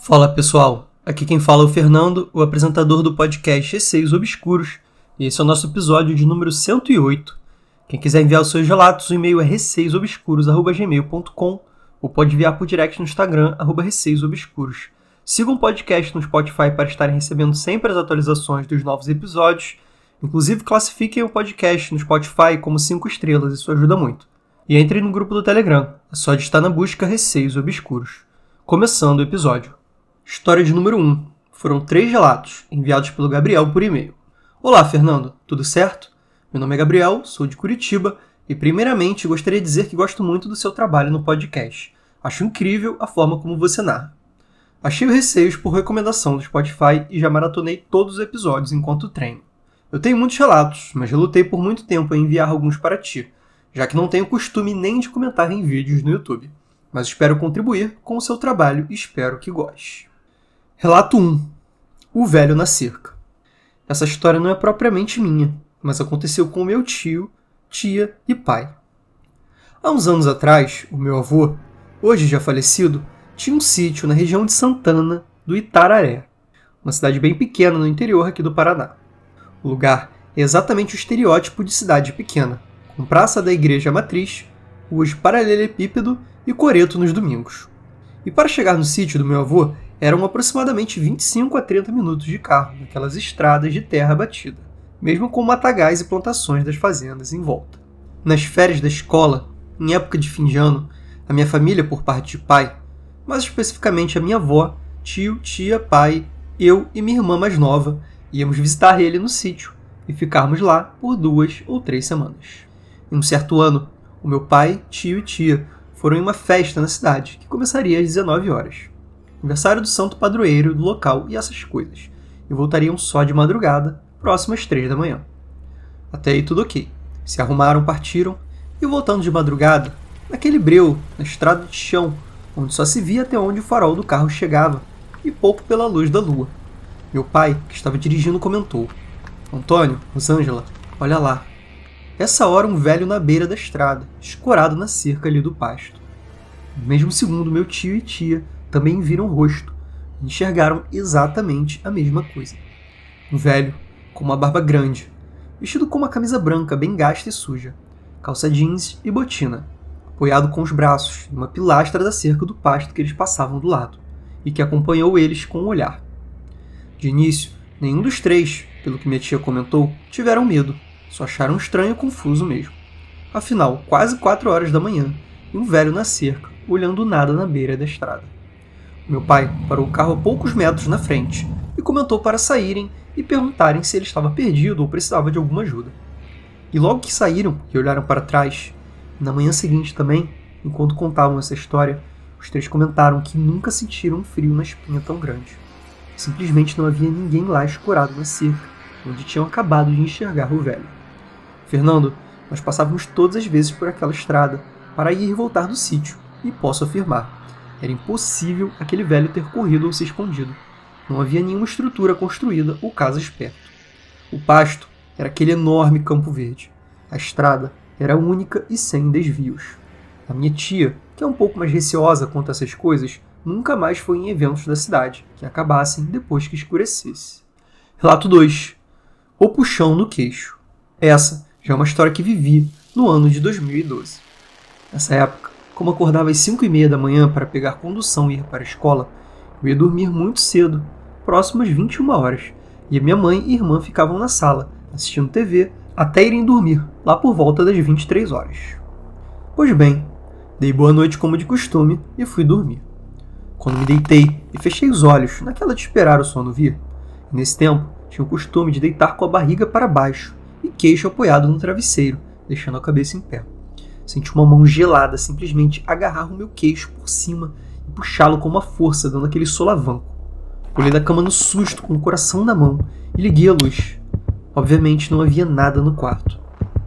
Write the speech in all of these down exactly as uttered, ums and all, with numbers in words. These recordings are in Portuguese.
Fala pessoal, aqui quem fala é o Fernando, o apresentador do podcast Receios Obscuros, e esse é o nosso episódio de número cento e oito. Quem quiser enviar os seus relatos, o e-mail é receiosobscuros arroba gmail ponto com ou pode enviar por direct no Instagram, arroba receiosobscuros. Sigam o podcast no Spotify para estarem recebendo sempre as atualizações dos novos episódios. Inclusive, classifiquem o podcast no Spotify como cinco estrelas, isso ajuda muito. E entrem no grupo do Telegram, é só digitar na busca Receios Obscuros. Começando o episódio. História de número um. Foram três relatos, enviados pelo Gabriel por e-mail. Olá, Fernando, tudo certo? Meu nome é Gabriel, sou de Curitiba e, primeiramente, gostaria de dizer que gosto muito do seu trabalho no podcast. Acho incrível a forma como você narra. Achei o Receios por recomendação do Spotify e já maratonei todos os episódios enquanto treino. Eu tenho muitos relatos, mas relutei por muito tempo em enviar alguns para ti, já que não tenho costume nem de comentar em vídeos no YouTube. Mas espero contribuir com o seu trabalho e espero que goste. Relato um. O velho na cerca. Essa história não é propriamente minha, mas aconteceu com meu tio, tia e pai. Há uns anos atrás, o meu avô, hoje já falecido, tinha um sítio na região de Santana, do Itararé, uma cidade bem pequena no interior aqui do Paraná. O lugar é exatamente o estereótipo de cidade pequena, com praça da igreja matriz, ruas de paralelepípedo e coreto nos domingos. E para chegar no sítio do meu avô, eram aproximadamente vinte e cinco a trinta minutos de carro, naquelas estradas de terra batida, mesmo com matagais e plantações das fazendas em volta. Nas férias da escola, em época de fim de ano, a minha família por parte de pai, mais especificamente a minha avó, tio, tia, pai, eu e minha irmã mais nova, íamos visitar ele no sítio e ficarmos lá por duas ou três semanas. Em um certo ano, o meu pai, tio e tia foram em uma festa na cidade, que começaria às dezenove horas. Aniversário do santo padroeiro do local e essas coisas, e voltariam só de madrugada, próximo às três da manhã. Até aí tudo ok. Se arrumaram, partiram, e voltando de madrugada, naquele breu, na estrada de chão, onde só se via até onde o farol do carro chegava, e pouco pela luz da lua. Meu pai, que estava dirigindo, comentou: Antônio, Rosângela, olha lá. Essa hora um velho na beira da estrada, escorado na cerca ali do pasto. No mesmo segundo, meu tio e tia também viram o rosto e enxergaram exatamente a mesma coisa. Um velho com uma barba grande, vestido com uma camisa branca bem gasta e suja, calça jeans e botina, apoiado com os braços em uma pilastra da cerca do pasto que eles passavam do lado, e que acompanhou eles com o olhar. De início, nenhum dos três, pelo que minha tia comentou, tiveram medo, só acharam estranho e confuso mesmo. Afinal, quase quatro horas da manhã, e um velho na cerca, olhando nada na beira da estrada. Meu pai parou o carro a poucos metros na frente e comentou para saírem e perguntarem se ele estava perdido ou precisava de alguma ajuda. E logo que saíram e olharam para trás, na manhã seguinte também, enquanto contavam essa história, os três comentaram que nunca sentiram um frio na espinha tão grande. Simplesmente não havia ninguém lá escorado na cerca, onde tinham acabado de enxergar o velho. Fernando, nós passávamos todas as vezes por aquela estrada para ir e voltar do sítio, e posso afirmar, era impossível aquele velho ter corrido ou se escondido. Não havia nenhuma estrutura construída ou casas perto. O pasto era aquele enorme campo verde. A estrada era única e sem desvios. A minha tia, que é um pouco mais receosa quanto a essas coisas, nunca mais foi em eventos da cidade, que acabassem depois que escurecesse. Relato dois. O puxão no queixo. Essa já é uma história que vivi no ano de dois mil e doze. Nessa época, como acordava às cinco e meia da manhã para pegar condução e ir para a escola, eu ia dormir muito cedo, próximo às vinte e uma horas, e a minha mãe e irmã ficavam na sala, assistindo T V, até irem dormir, lá por volta das vinte e três horas. Pois bem, dei boa noite como de costume e fui dormir. Quando me deitei e fechei os olhos, naquela de esperar o sono vir, e nesse tempo tinha o costume de deitar com a barriga para baixo e queixo apoiado no travesseiro, deixando a cabeça em pé. Senti uma mão gelada simplesmente agarrar o meu queixo por cima e puxá-lo com uma força, dando aquele solavanco. Pulei da cama no susto, com o coração na mão, e liguei a luz. Obviamente não havia nada no quarto.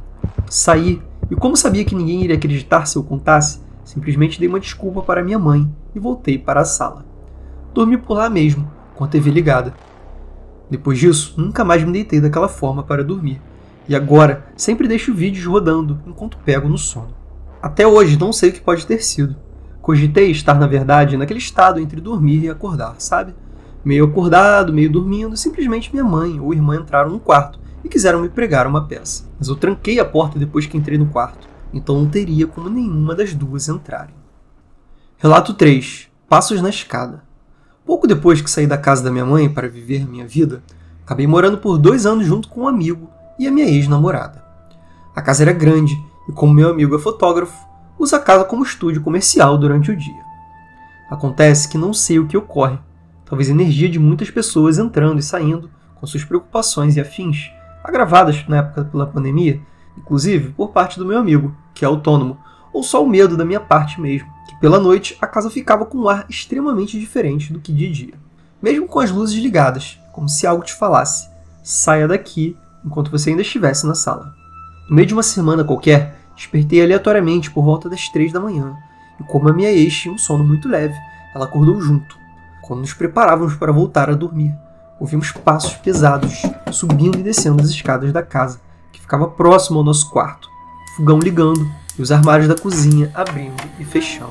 Saí, e como sabia que ninguém iria acreditar se eu contasse, simplesmente dei uma desculpa para minha mãe e voltei para a sala. Dormi por lá mesmo, com a T V ligada. Depois disso, nunca mais me deitei daquela forma para dormir. E agora, sempre deixo vídeos rodando enquanto pego no sono. Até hoje não sei o que pode ter sido. Cogitei estar, na verdade, naquele estado entre dormir e acordar, sabe? Meio acordado, meio dormindo, simplesmente minha mãe ou irmã entraram no quarto e quiseram me pregar uma peça. Mas eu tranquei a porta depois que entrei no quarto, então não teria como nenhuma das duas entrarem. Relato três. Passos na escada. Pouco depois que saí da casa da minha mãe para viver minha vida, acabei morando por dois anos junto com um amigo e a minha ex-namorada. A casa era grande e, como meu amigo é fotógrafo, usa a casa como estúdio comercial durante o dia. Acontece que não sei o que ocorre. Talvez a energia de muitas pessoas entrando e saindo, com suas preocupações e afins, agravadas na época pela pandemia, inclusive por parte do meu amigo, que é autônomo, ou só o medo da minha parte mesmo, que pela noite a casa ficava com um ar extremamente diferente do que de dia. Mesmo com as luzes ligadas, como se algo te falasse, saia daqui enquanto você ainda estivesse na sala. No meio de uma semana qualquer, despertei aleatoriamente por volta das três da manhã, e como a minha ex tinha um sono muito leve, ela acordou junto. Quando nos preparávamos para voltar a dormir, ouvimos passos pesados subindo e descendo as escadas da casa, que ficava próximo ao nosso quarto, o fogão ligando e os armários da cozinha abrindo e fechando.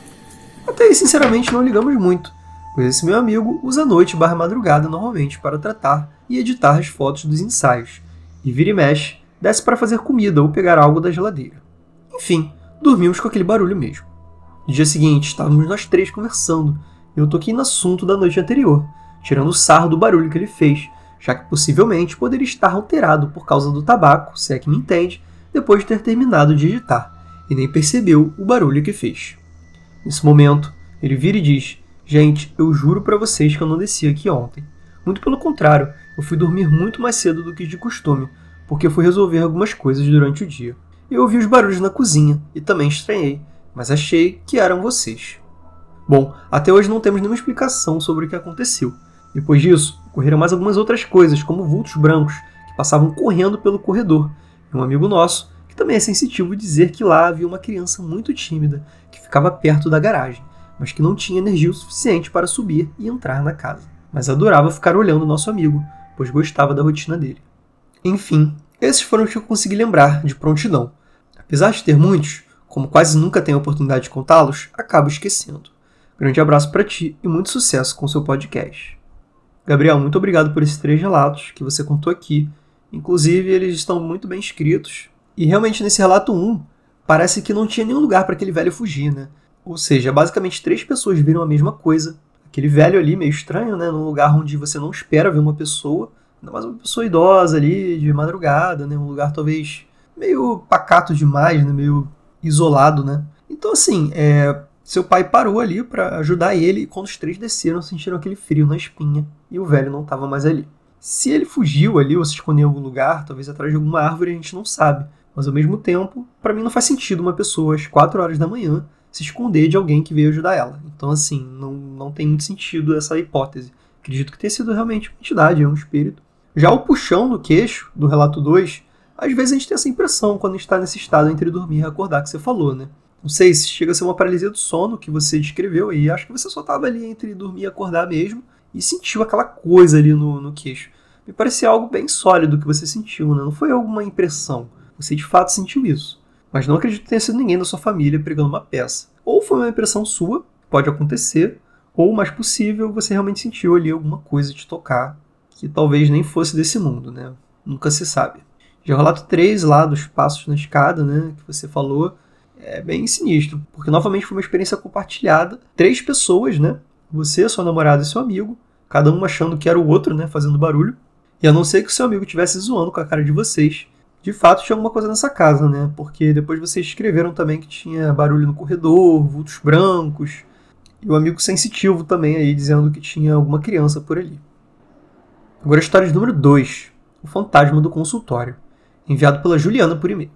Até aí, sinceramente, não ligamos muito, pois esse meu amigo usa a noite barra madrugada normalmente para tratar e editar as fotos dos ensaios, e vira e mexe, desce para fazer comida ou pegar algo da geladeira. Enfim, dormimos com aquele barulho mesmo. No dia seguinte, estávamos nós três conversando, e eu toquei no assunto da noite anterior, tirando o sarro do barulho que ele fez, já que possivelmente poderia estar alterado por causa do tabaco, se é que me entende, depois de ter terminado de editar, e nem percebeu o barulho que fez. Nesse momento, ele vira e diz: gente, eu juro pra vocês que eu não desci aqui ontem. Muito pelo contrário, eu fui dormir muito mais cedo do que de costume, porque fui resolver algumas coisas durante o dia. Eu ouvi os barulhos na cozinha e também estranhei, mas achei que eram vocês. Bom, até hoje não temos nenhuma explicação sobre o que aconteceu. Depois disso, ocorreram mais algumas outras coisas, como vultos brancos que passavam correndo pelo corredor, e um amigo nosso, que também é sensitivo, dizer que lá havia uma criança muito tímida que ficava perto da garagem, mas que não tinha energia o suficiente para subir e entrar na casa. Mas adorava ficar olhando o nosso amigo, pois gostava da rotina dele. Enfim, esses foram os que eu consegui lembrar de prontidão. Apesar de ter muitos, como quase nunca tenho a oportunidade de contá-los, acabo esquecendo. Grande abraço para ti e muito sucesso com o seu podcast. Gabriel, muito obrigado por esses três relatos que você contou aqui. Inclusive, eles estão muito bem escritos. E realmente, nesse relato um, parece que não tinha nenhum lugar para aquele velho fugir, né? Ou seja, basicamente três pessoas viram a mesma coisa. Aquele velho ali, meio estranho, né? Num lugar onde você não espera ver uma pessoa. Ainda mais uma pessoa idosa ali, de madrugada, né? Um lugar talvez meio pacato demais, né? Meio isolado, né? Então, assim, é... seu pai parou ali para ajudar ele e quando os três desceram, sentiram aquele frio na espinha e o velho não estava mais ali. Se ele fugiu ali ou se escondeu em algum lugar, talvez atrás de alguma árvore, a gente não sabe. Mas ao mesmo tempo, para mim não faz sentido uma pessoa às quatro horas da manhã se esconder de alguém que veio ajudar ela. Então assim, não, não tem muito sentido essa hipótese. Acredito que tenha sido realmente uma entidade, um espírito. Já o puxão no queixo, do relato dois, às vezes a gente tem essa impressão quando a gente está nesse estado entre dormir e acordar que você falou, né? Não sei se chega a ser uma paralisia do sono que você descreveu aí. Acho que você só estava ali entre dormir e acordar mesmo e sentiu aquela coisa ali no, no queixo. Me parecia algo bem sólido que você sentiu, né? Não foi alguma impressão. Você de fato sentiu isso. Mas não acredito que tenha sido ninguém da sua família pregando uma peça. Ou foi uma impressão sua, pode acontecer, ou, mais possível, você realmente sentiu ali alguma coisa te tocar que talvez nem fosse desse mundo, né? Nunca se sabe. Já o relato três lá dos passos na escada, né? Que você falou, é bem sinistro, porque novamente foi uma experiência compartilhada. Três pessoas, né? Você, sua namorada e seu amigo, cada um achando que era o outro, né? Fazendo barulho. E a não ser que o seu amigo estivesse zoando com a cara de vocês, de fato tinha alguma coisa nessa casa, né? Porque depois vocês escreveram também que tinha barulho no corredor, vultos brancos, e o amigo sensitivo também aí dizendo que tinha alguma criança por ali. Agora a história de número dois, o fantasma do consultório, enviado pela Juliana por e-mail.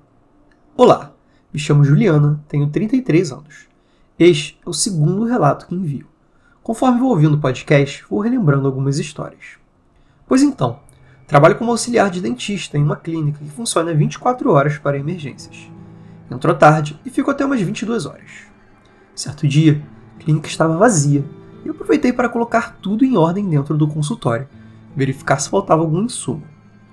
Olá, me chamo Juliana, tenho trinta e três anos. Este é o segundo relato que envio. Conforme vou ouvindo o podcast, vou relembrando algumas histórias. Pois então, trabalho como auxiliar de dentista em uma clínica que funciona vinte e quatro horas para emergências. Entro à tarde e fico até umas vinte e duas horas. Certo dia, a clínica estava vazia e eu aproveitei para colocar tudo em ordem dentro do consultório, verificar se faltava algum insumo.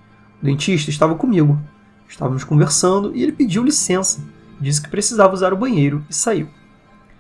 O dentista estava comigo. Estávamos conversando e ele pediu licença, disse que precisava usar o banheiro e saiu.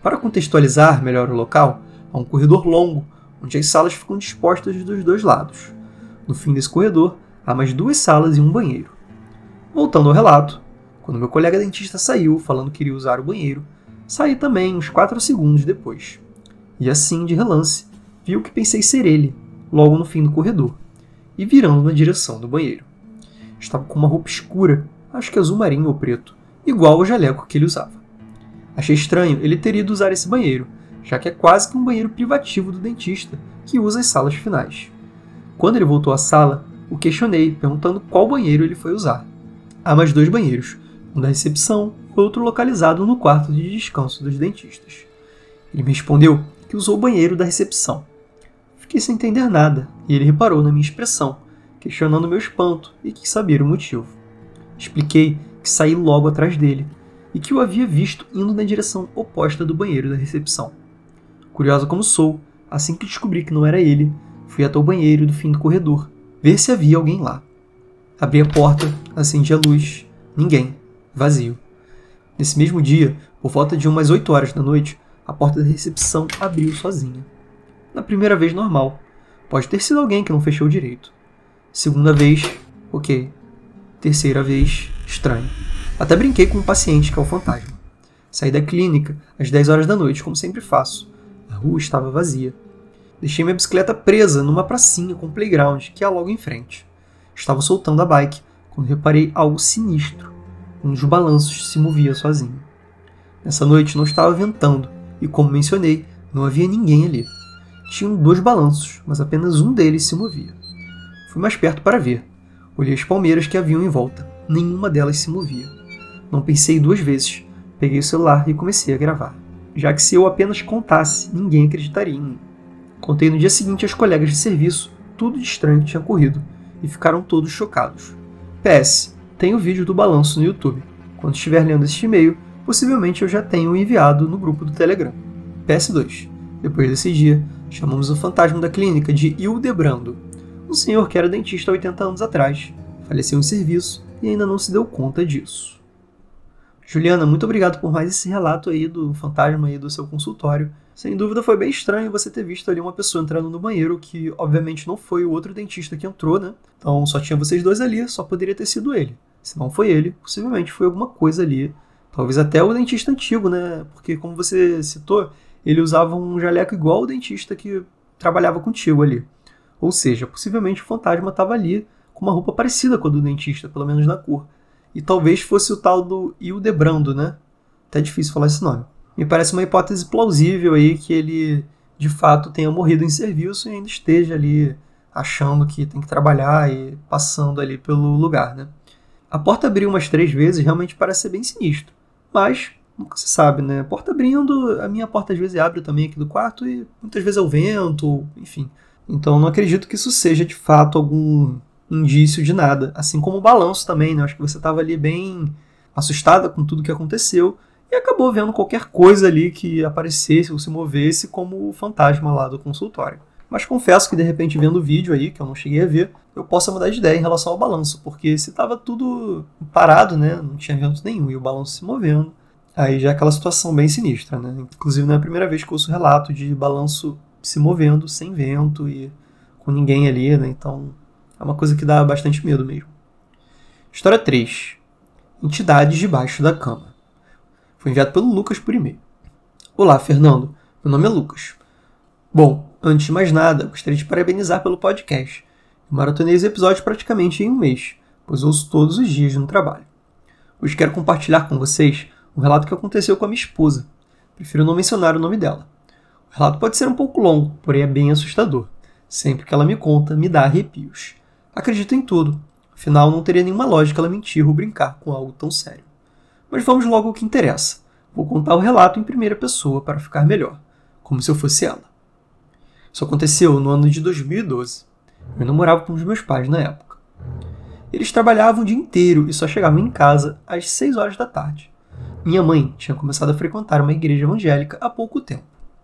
Para contextualizar melhor o local, há um corredor longo, onde as salas ficam dispostas dos dois lados. No fim desse corredor, há mais duas salas e um banheiro. Voltando ao relato, quando meu colega dentista saiu falando que iria usar o banheiro, saí também uns quatro segundos depois. E assim, de relance, vi o que pensei ser ele, logo no fim do corredor, e virando na direção do banheiro. Estava com uma roupa escura, acho que azul marinho ou preto, igual ao jaleco que ele usava. Achei estranho ele ter ido usar esse banheiro, já que é quase que um banheiro privativo do dentista, que usa as salas finais. Quando ele voltou à sala, o questionei, perguntando qual banheiro ele foi usar. Há mais dois banheiros, um da recepção e outro localizado no quarto de descanso dos dentistas. Ele me respondeu que usou o banheiro da recepção. Fiquei sem entender nada, e ele reparou na minha expressão, questionando meu espanto e quis saber o motivo. Expliquei que saí logo atrás dele, e que o havia visto indo na direção oposta do banheiro da recepção. Curiosa como sou, assim que descobri que não era ele, fui até o banheiro do fim do corredor, ver se havia alguém lá. Abri a porta, acendi a luz. Ninguém. Vazio. Nesse mesmo dia, por volta de umas oito horas da noite, a porta da recepção abriu sozinha. Na primeira vez, normal. Pode ter sido alguém que não fechou direito. Segunda vez, ok. Terceira vez, estranho. Até brinquei com um paciente que é o fantasma. Saí da clínica às dez horas da noite, como sempre faço. A rua estava vazia. Deixei minha bicicleta presa numa pracinha com playground que há logo em frente. Estava soltando a bike quando reparei algo sinistro. Um dos balanços se movia sozinho. Nessa noite não estava ventando e, como mencionei, não havia ninguém ali. Tinham dois balanços, mas apenas um deles se movia. Fui mais perto para ver. Olhei as palmeiras que haviam em volta. Nenhuma delas se movia. Não pensei duas vezes. Peguei o celular e comecei a gravar. Já que se eu apenas contasse, ninguém acreditaria em mim. Contei no dia seguinte aos colegas de serviço tudo de estranho que tinha ocorrido e ficaram todos chocados. P S. Tem o vídeo do balanço no YouTube. Quando estiver lendo este e-mail, possivelmente eu já tenho enviado no grupo do Telegram. P S dois. Depois desse dia, chamamos o fantasma da clínica de Hildebrando, um senhor que era dentista há oitenta anos atrás, faleceu em serviço e ainda não se deu conta disso. Juliana, muito obrigado por mais esse relato aí do fantasma aí do seu consultório. Sem dúvida foi bem estranho você ter visto ali uma pessoa entrando no banheiro, que obviamente não foi o outro dentista que entrou, né? Então só tinha vocês dois ali, só poderia ter sido ele. Se não foi ele, possivelmente foi alguma coisa ali. Talvez até o dentista antigo, né? Porque como você citou, ele usava um jaleco igual ao dentista que trabalhava contigo ali. Ou seja, possivelmente o fantasma estava ali com uma roupa parecida com a do dentista, pelo menos na cor. E talvez fosse o tal do Hildebrando, né? Até difícil falar esse nome. Me parece uma hipótese plausível aí que ele, de fato, tenha morrido em serviço e ainda esteja ali achando que tem que trabalhar e passando ali pelo lugar, né? A porta abriu umas três vezes, realmente parece ser bem sinistro. Mas, nunca se sabe, né? A porta abrindo, a minha porta às vezes abre também aqui do quarto e muitas vezes é o vento, enfim. Então não acredito que isso seja, de fato, algum indício de nada. Assim como o balanço também, né? Acho que você estava ali bem assustada com tudo que aconteceu e acabou vendo qualquer coisa ali que aparecesse ou se movesse como o fantasma lá do consultório. Mas confesso que, de repente, vendo o vídeo aí, que eu não cheguei a ver, eu possa mudar de ideia em relação ao balanço, porque se estava tudo parado, né, não tinha vento nenhum, e o balanço se movendo, aí já é aquela situação bem sinistra, né? Inclusive, não é a primeira vez que eu ouço relato de balanço se movendo sem vento e com ninguém ali, né? Então, é uma coisa que dá bastante medo mesmo. História três. Entidades debaixo da cama. Foi enviado pelo Lucas por e-mail. Olá, Fernando. Meu nome é Lucas. Bom, antes de mais nada, gostaria de parabenizar pelo podcast. Eu maratonei os episódios praticamente em um mês, pois ouço todos os dias no trabalho. Hoje quero compartilhar com vocês um relato que aconteceu com a minha esposa. Prefiro não mencionar o nome dela. O relato pode ser um pouco longo, porém é bem assustador. Sempre que ela me conta, me dá arrepios. Acredito em tudo. Afinal, não teria nenhuma lógica ela mentir ou brincar com algo tão sério. Mas vamos logo ao que interessa. Vou contar o relato em primeira pessoa para ficar melhor, como se eu fosse ela. Isso aconteceu no ano de dois mil e doze. Eu namorava com os meus pais na época. Eles trabalhavam o dia inteiro e só chegavam em casa às seis horas da tarde. Minha mãe tinha começado a frequentar uma igreja evangélica há pouco tempo.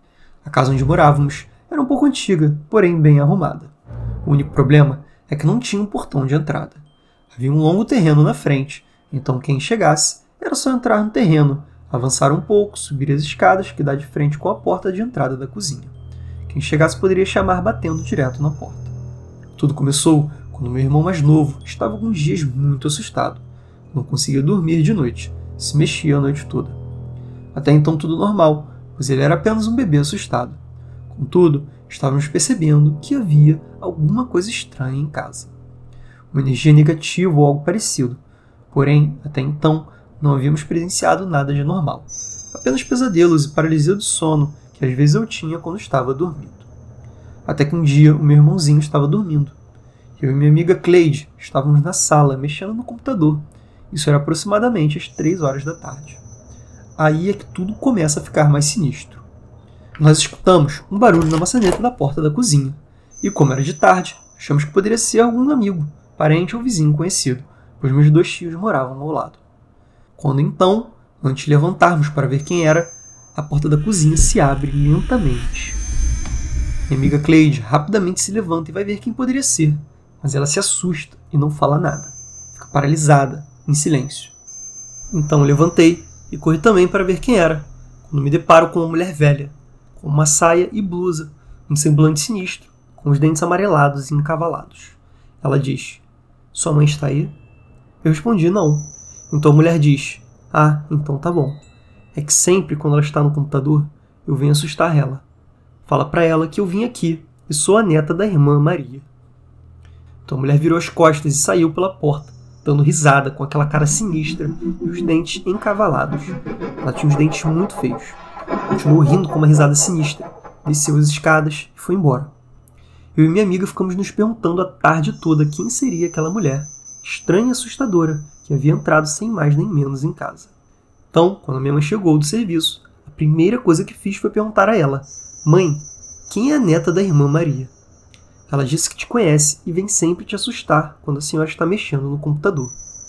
A casa onde morávamos era um pouco antiga, porém bem arrumada. O único problema é que não tinha um portão de entrada. Havia um longo terreno na frente, então quem chegasse era só entrar no terreno, Avançaram um pouco, subiram as escadas que dá de frente com a porta de entrada da cozinha. Quem chegasse poderia chamar batendo direto na porta. Tudo começou quando meu irmão mais novo estava alguns dias muito assustado. Não conseguia dormir de noite, se mexia a noite toda. Até então tudo normal, pois ele era apenas um bebê assustado. Contudo, estávamos percebendo que havia alguma coisa estranha em casa. Uma energia negativa ou algo parecido. Porém, até então, não havíamos presenciado nada de anormal. Apenas pesadelos e paralisia do sono que às vezes eu tinha quando estava dormindo. Até que um dia o meu irmãozinho estava dormindo. Eu e minha amiga Cleide estávamos na sala mexendo no computador. Isso era aproximadamente às três horas da tarde. Aí é que tudo começa a ficar mais sinistro. Nós escutamos um barulho na maçaneta da porta da cozinha. E como era de tarde, achamos que poderia ser algum amigo, parente ou vizinho conhecido, pois meus dois tios moravam ao lado. Quando então, antes de levantarmos para ver quem era, a porta da cozinha se abre lentamente. Minha amiga Cleide rapidamente se levanta e vai ver quem poderia ser, mas ela se assusta e não fala nada. Fica paralisada, em silêncio. Então eu levantei e corri também para ver quem era, quando me deparo com uma mulher velha, com uma saia e blusa, um semblante sinistro, com os dentes amarelados e encavalados. Ela diz: "Sua mãe está aí?" Eu respondi: "Não." Então a mulher diz: "Ah, então tá bom. É que sempre quando ela está no computador, eu venho assustar ela. Fala pra ela que eu vim aqui e sou a neta da irmã Maria." Então a mulher virou as costas e saiu pela porta, dando risada com aquela cara sinistra e os dentes encavalados. Ela tinha os dentes muito feios. Continuou rindo com uma risada sinistra, desceu as escadas e foi embora. Eu e minha amiga ficamos nos perguntando a tarde toda quem seria aquela mulher, estranha e assustadora, que havia entrado sem mais nem menos em casa. Então, quando minha mãe chegou do serviço, a primeira coisa que fiz foi perguntar a ela: "Mãe, quem é a neta da irmã Maria?" Ela disse que te conhece e vem sempre te assustar quando a senhora está mexendo no computador.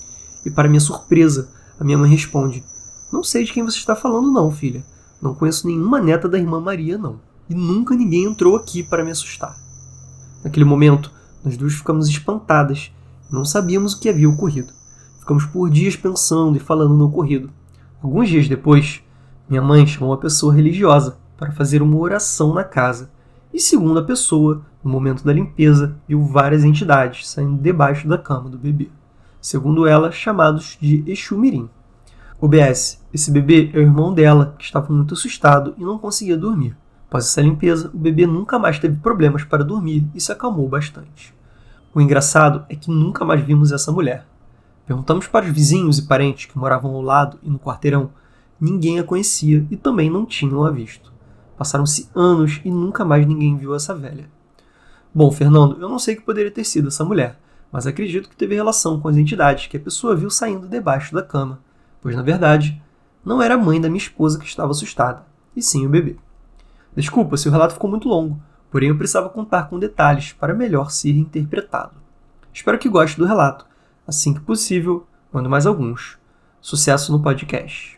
E para minha surpresa, a minha mãe responde: "Não sei de quem você está falando não, filha. Não conheço nenhuma neta da irmã Maria, não. E nunca ninguém entrou aqui para me assustar." Naquele momento, nós duas ficamos espantadas e não sabíamos o que havia ocorrido. Ficamos por dias pensando e falando no ocorrido. Alguns dias depois, minha mãe chamou uma pessoa religiosa para fazer uma oração na casa. E segundo a pessoa, no momento da limpeza, viu várias entidades saindo debaixo da cama do bebê. Segundo ela, chamados de Exu Mirim. O B S, esse bebê é o irmão dela, que estava muito assustado e não conseguia dormir. Após essa limpeza, o bebê nunca mais teve problemas para dormir e se acalmou bastante. O engraçado é que nunca mais vimos essa mulher. Perguntamos para os vizinhos e parentes que moravam ao lado e no quarteirão. Ninguém a conhecia e também não tinham a visto. Passaram-se anos e nunca mais ninguém viu essa velha. Bom, Fernando, eu não sei o que poderia ter sido essa mulher, mas acredito que teve relação com as entidades que a pessoa viu saindo debaixo da cama, pois, na verdade, não era a mãe da minha esposa que estava assustada, e sim o bebê. Desculpa se o relato ficou muito longo, porém eu precisava contar com detalhes para melhor ser interpretado. Espero que goste do relato. Assim que possível, mando mais alguns. Sucesso no podcast.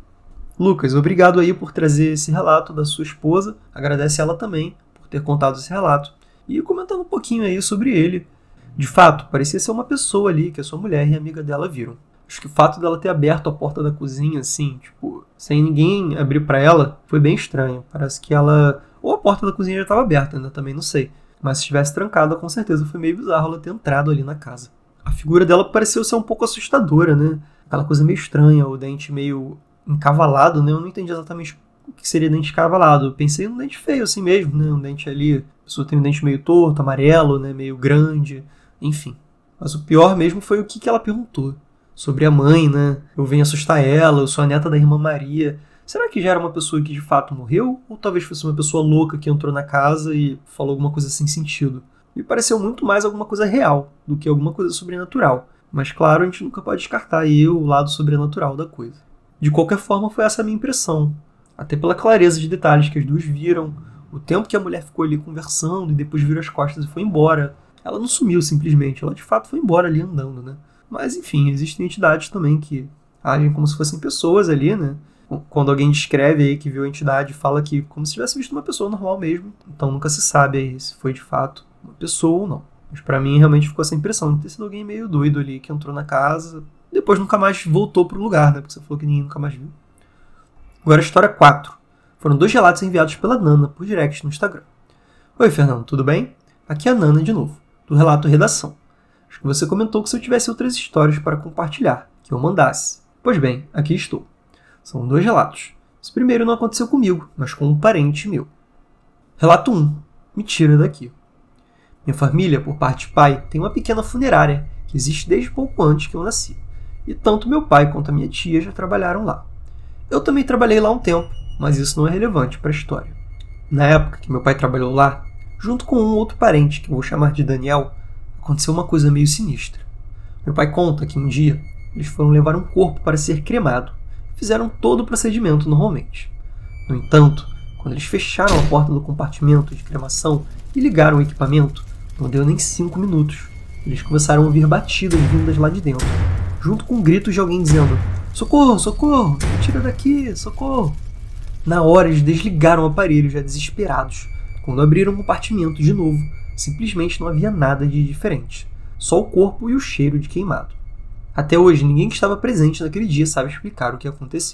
Lucas, obrigado aí por trazer esse relato da sua esposa. Agradece ela também por ter contado esse relato. E comentando um pouquinho aí sobre ele. De fato, parecia ser uma pessoa ali que a sua mulher e a amiga dela viram. Acho que o fato dela ter aberto a porta da cozinha, assim, tipo, sem ninguém abrir pra ela, foi bem estranho. Parece que ela... Ou a porta da cozinha já estava aberta, ainda também não sei. Mas se estivesse trancada, com certeza foi meio bizarro ela ter entrado ali na casa. A figura dela pareceu ser um pouco assustadora, né? Aquela coisa meio estranha, o dente meio encavalado, né? Eu não entendi exatamente o que seria dente encavalado. Eu pensei num dente feio assim mesmo, né? Um dente ali... A pessoa tem um dente meio torto, amarelo, né? Meio grande, enfim. Mas o pior mesmo foi o que ela perguntou. Sobre a mãe, né? Eu venho assustar ela, eu sou a neta da irmã Maria. Será que já era uma pessoa que de fato morreu? Ou talvez fosse uma pessoa louca que entrou na casa e falou alguma coisa sem sentido? Me pareceu muito mais alguma coisa real do que alguma coisa sobrenatural. Mas claro, a gente nunca pode descartar aí o lado sobrenatural da coisa. De qualquer forma, foi essa a minha impressão. Até pela clareza de detalhes que as duas viram, o tempo que a mulher ficou ali conversando e depois virou as costas e foi embora. Ela não sumiu simplesmente, ela de fato foi embora ali andando, né? Mas enfim, existem entidades também que agem como se fossem pessoas ali, né? Quando alguém descreve aí que viu a entidade, fala que como se tivesse visto uma pessoa normal mesmo. Então nunca se sabe aí se foi de fato uma pessoa ou não. Mas pra mim realmente ficou essa impressão de ter sido alguém meio doido ali que entrou na casa, depois nunca mais voltou pro lugar, né? Porque você falou que ninguém nunca mais viu. Agora a história quatro. Foram dois relatos enviados pela Nana por direct no Instagram. Oi, Fernando, tudo bem? Aqui é a Nana de novo, do relato Redação. Acho que você comentou que se eu tivesse outras histórias para compartilhar, que eu mandasse. Pois bem, aqui estou. São dois relatos. Esse primeiro não aconteceu comigo, mas com um parente meu. Relato um. Me tira daqui. Minha família, por parte de pai, tem uma pequena funerária que existe desde pouco antes que eu nasci. E tanto meu pai quanto a minha tia já trabalharam lá. Eu também trabalhei lá um tempo, mas isso não é relevante para a história. Na época que meu pai trabalhou lá, junto com um outro parente, que eu vou chamar de Daniel, aconteceu uma coisa meio sinistra. Meu pai conta que um dia eles foram levar um corpo para ser cremado. Fizeram todo o procedimento normalmente. No entanto, quando eles fecharam a porta do compartimento de cremação e ligaram o equipamento, não deu nem cinco minutos. Eles começaram a ouvir batidas vindas lá de dentro, junto com gritos de alguém dizendo: "Socorro, socorro, me tira daqui, socorro!" Na hora eles desligaram o aparelho já desesperados. Quando abriram o compartimento de novo, simplesmente não havia nada de diferente. Só o corpo e o cheiro de queimado. Até hoje, ninguém que estava presente naquele dia sabe explicar o que aconteceu.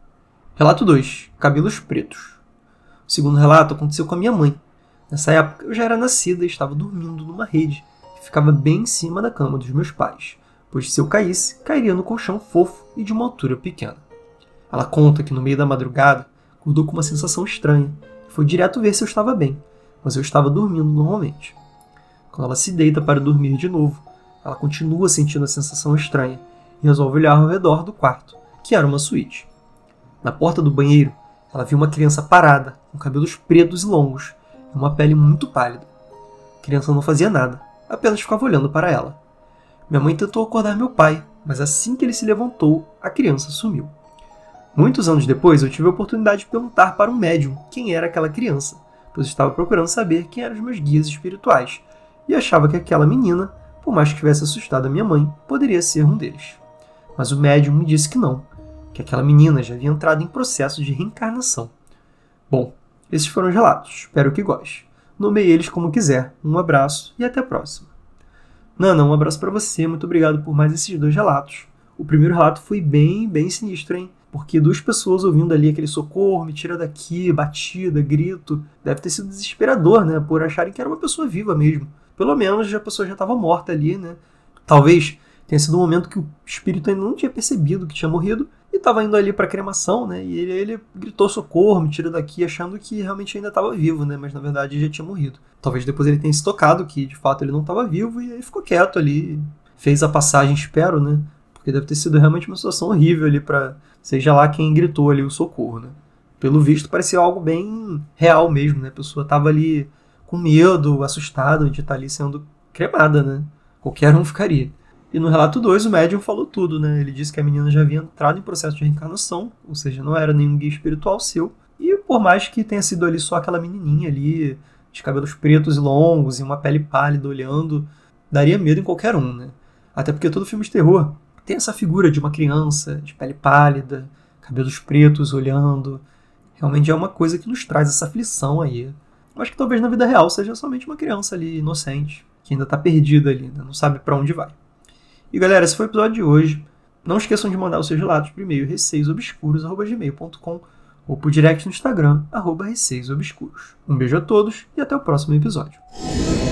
Relato dois. Cabelos pretos. O segundo relato aconteceu com a minha mãe. Nessa época, eu já era nascida e estava dormindo numa rede que ficava bem em cima da cama dos meus pais, pois se eu caísse, cairia no colchão fofo e de uma altura pequena. Ela conta que no meio da madrugada, acordou com uma sensação estranha e foi direto ver se eu estava bem, mas eu estava dormindo normalmente. Quando ela se deita para dormir de novo, ela continua sentindo a sensação estranha e resolve olhar ao redor do quarto, que era uma suíte. Na porta do banheiro, ela viu uma criança parada, com cabelos pretos e longos e uma pele muito pálida. A criança não fazia nada, apenas ficava olhando para ela. Minha mãe tentou acordar meu pai, mas assim que ele se levantou, a criança sumiu. Muitos anos depois, eu tive a oportunidade de perguntar para um médium quem era aquela criança, pois eu estava procurando saber quem eram os meus guias espirituais, e achava que aquela menina, por mais que tivesse assustado a minha mãe, poderia ser um deles. Mas o médium me disse que não, que aquela menina já havia entrado em processo de reencarnação. Bom, esses foram os relatos, espero que goste. Nomeie eles como quiser. Um abraço e até a próxima. Nana, um abraço para você, muito obrigado por mais esses dois relatos. O primeiro relato foi bem, bem sinistro, hein? Porque duas pessoas ouvindo ali aquele socorro, me tira daqui, batida, grito, deve ter sido desesperador, né? Por acharem que era uma pessoa viva mesmo. Pelo menos a pessoa já estava morta ali, né? Talvez tenha sido um momento que o espírito ainda não tinha percebido que tinha morrido e estava indo ali para a cremação, né? E ele, ele gritou socorro, me tira daqui, achando que realmente ainda estava vivo, né? Mas na verdade já tinha morrido. Talvez depois ele tenha se tocado que de fato ele não estava vivo e aí ficou quieto ali, fez a passagem, espero, né? Porque deve ter sido realmente uma situação horrível ali para seja lá quem gritou ali o socorro, né? Pelo visto parecia algo bem real mesmo, né? A pessoa estava ali com medo, assustada de estar ali sendo cremada, né? Qualquer um ficaria. E no relato dois, o médium falou tudo, né? Ele disse que a menina já havia entrado em processo de reencarnação, ou seja, não era nenhum guia espiritual seu. E por mais que tenha sido ali só aquela menininha ali, de cabelos pretos e longos e uma pele pálida olhando, daria medo em qualquer um, né? Até porque todo filme de terror tem essa figura de uma criança de pele pálida, cabelos pretos olhando. Realmente é uma coisa que nos traz essa aflição aí. Eu acho que talvez na vida real seja somente uma criança ali, inocente, que ainda está perdida ali, né? Não sabe para onde vai. E galera, esse foi o episódio de hoje. Não esqueçam de mandar os seus relatos por e-mail receiosobscuros arroba gmail ponto com ou por direct no Instagram, arroba receiosobscuros. Um beijo a todos e até o próximo episódio.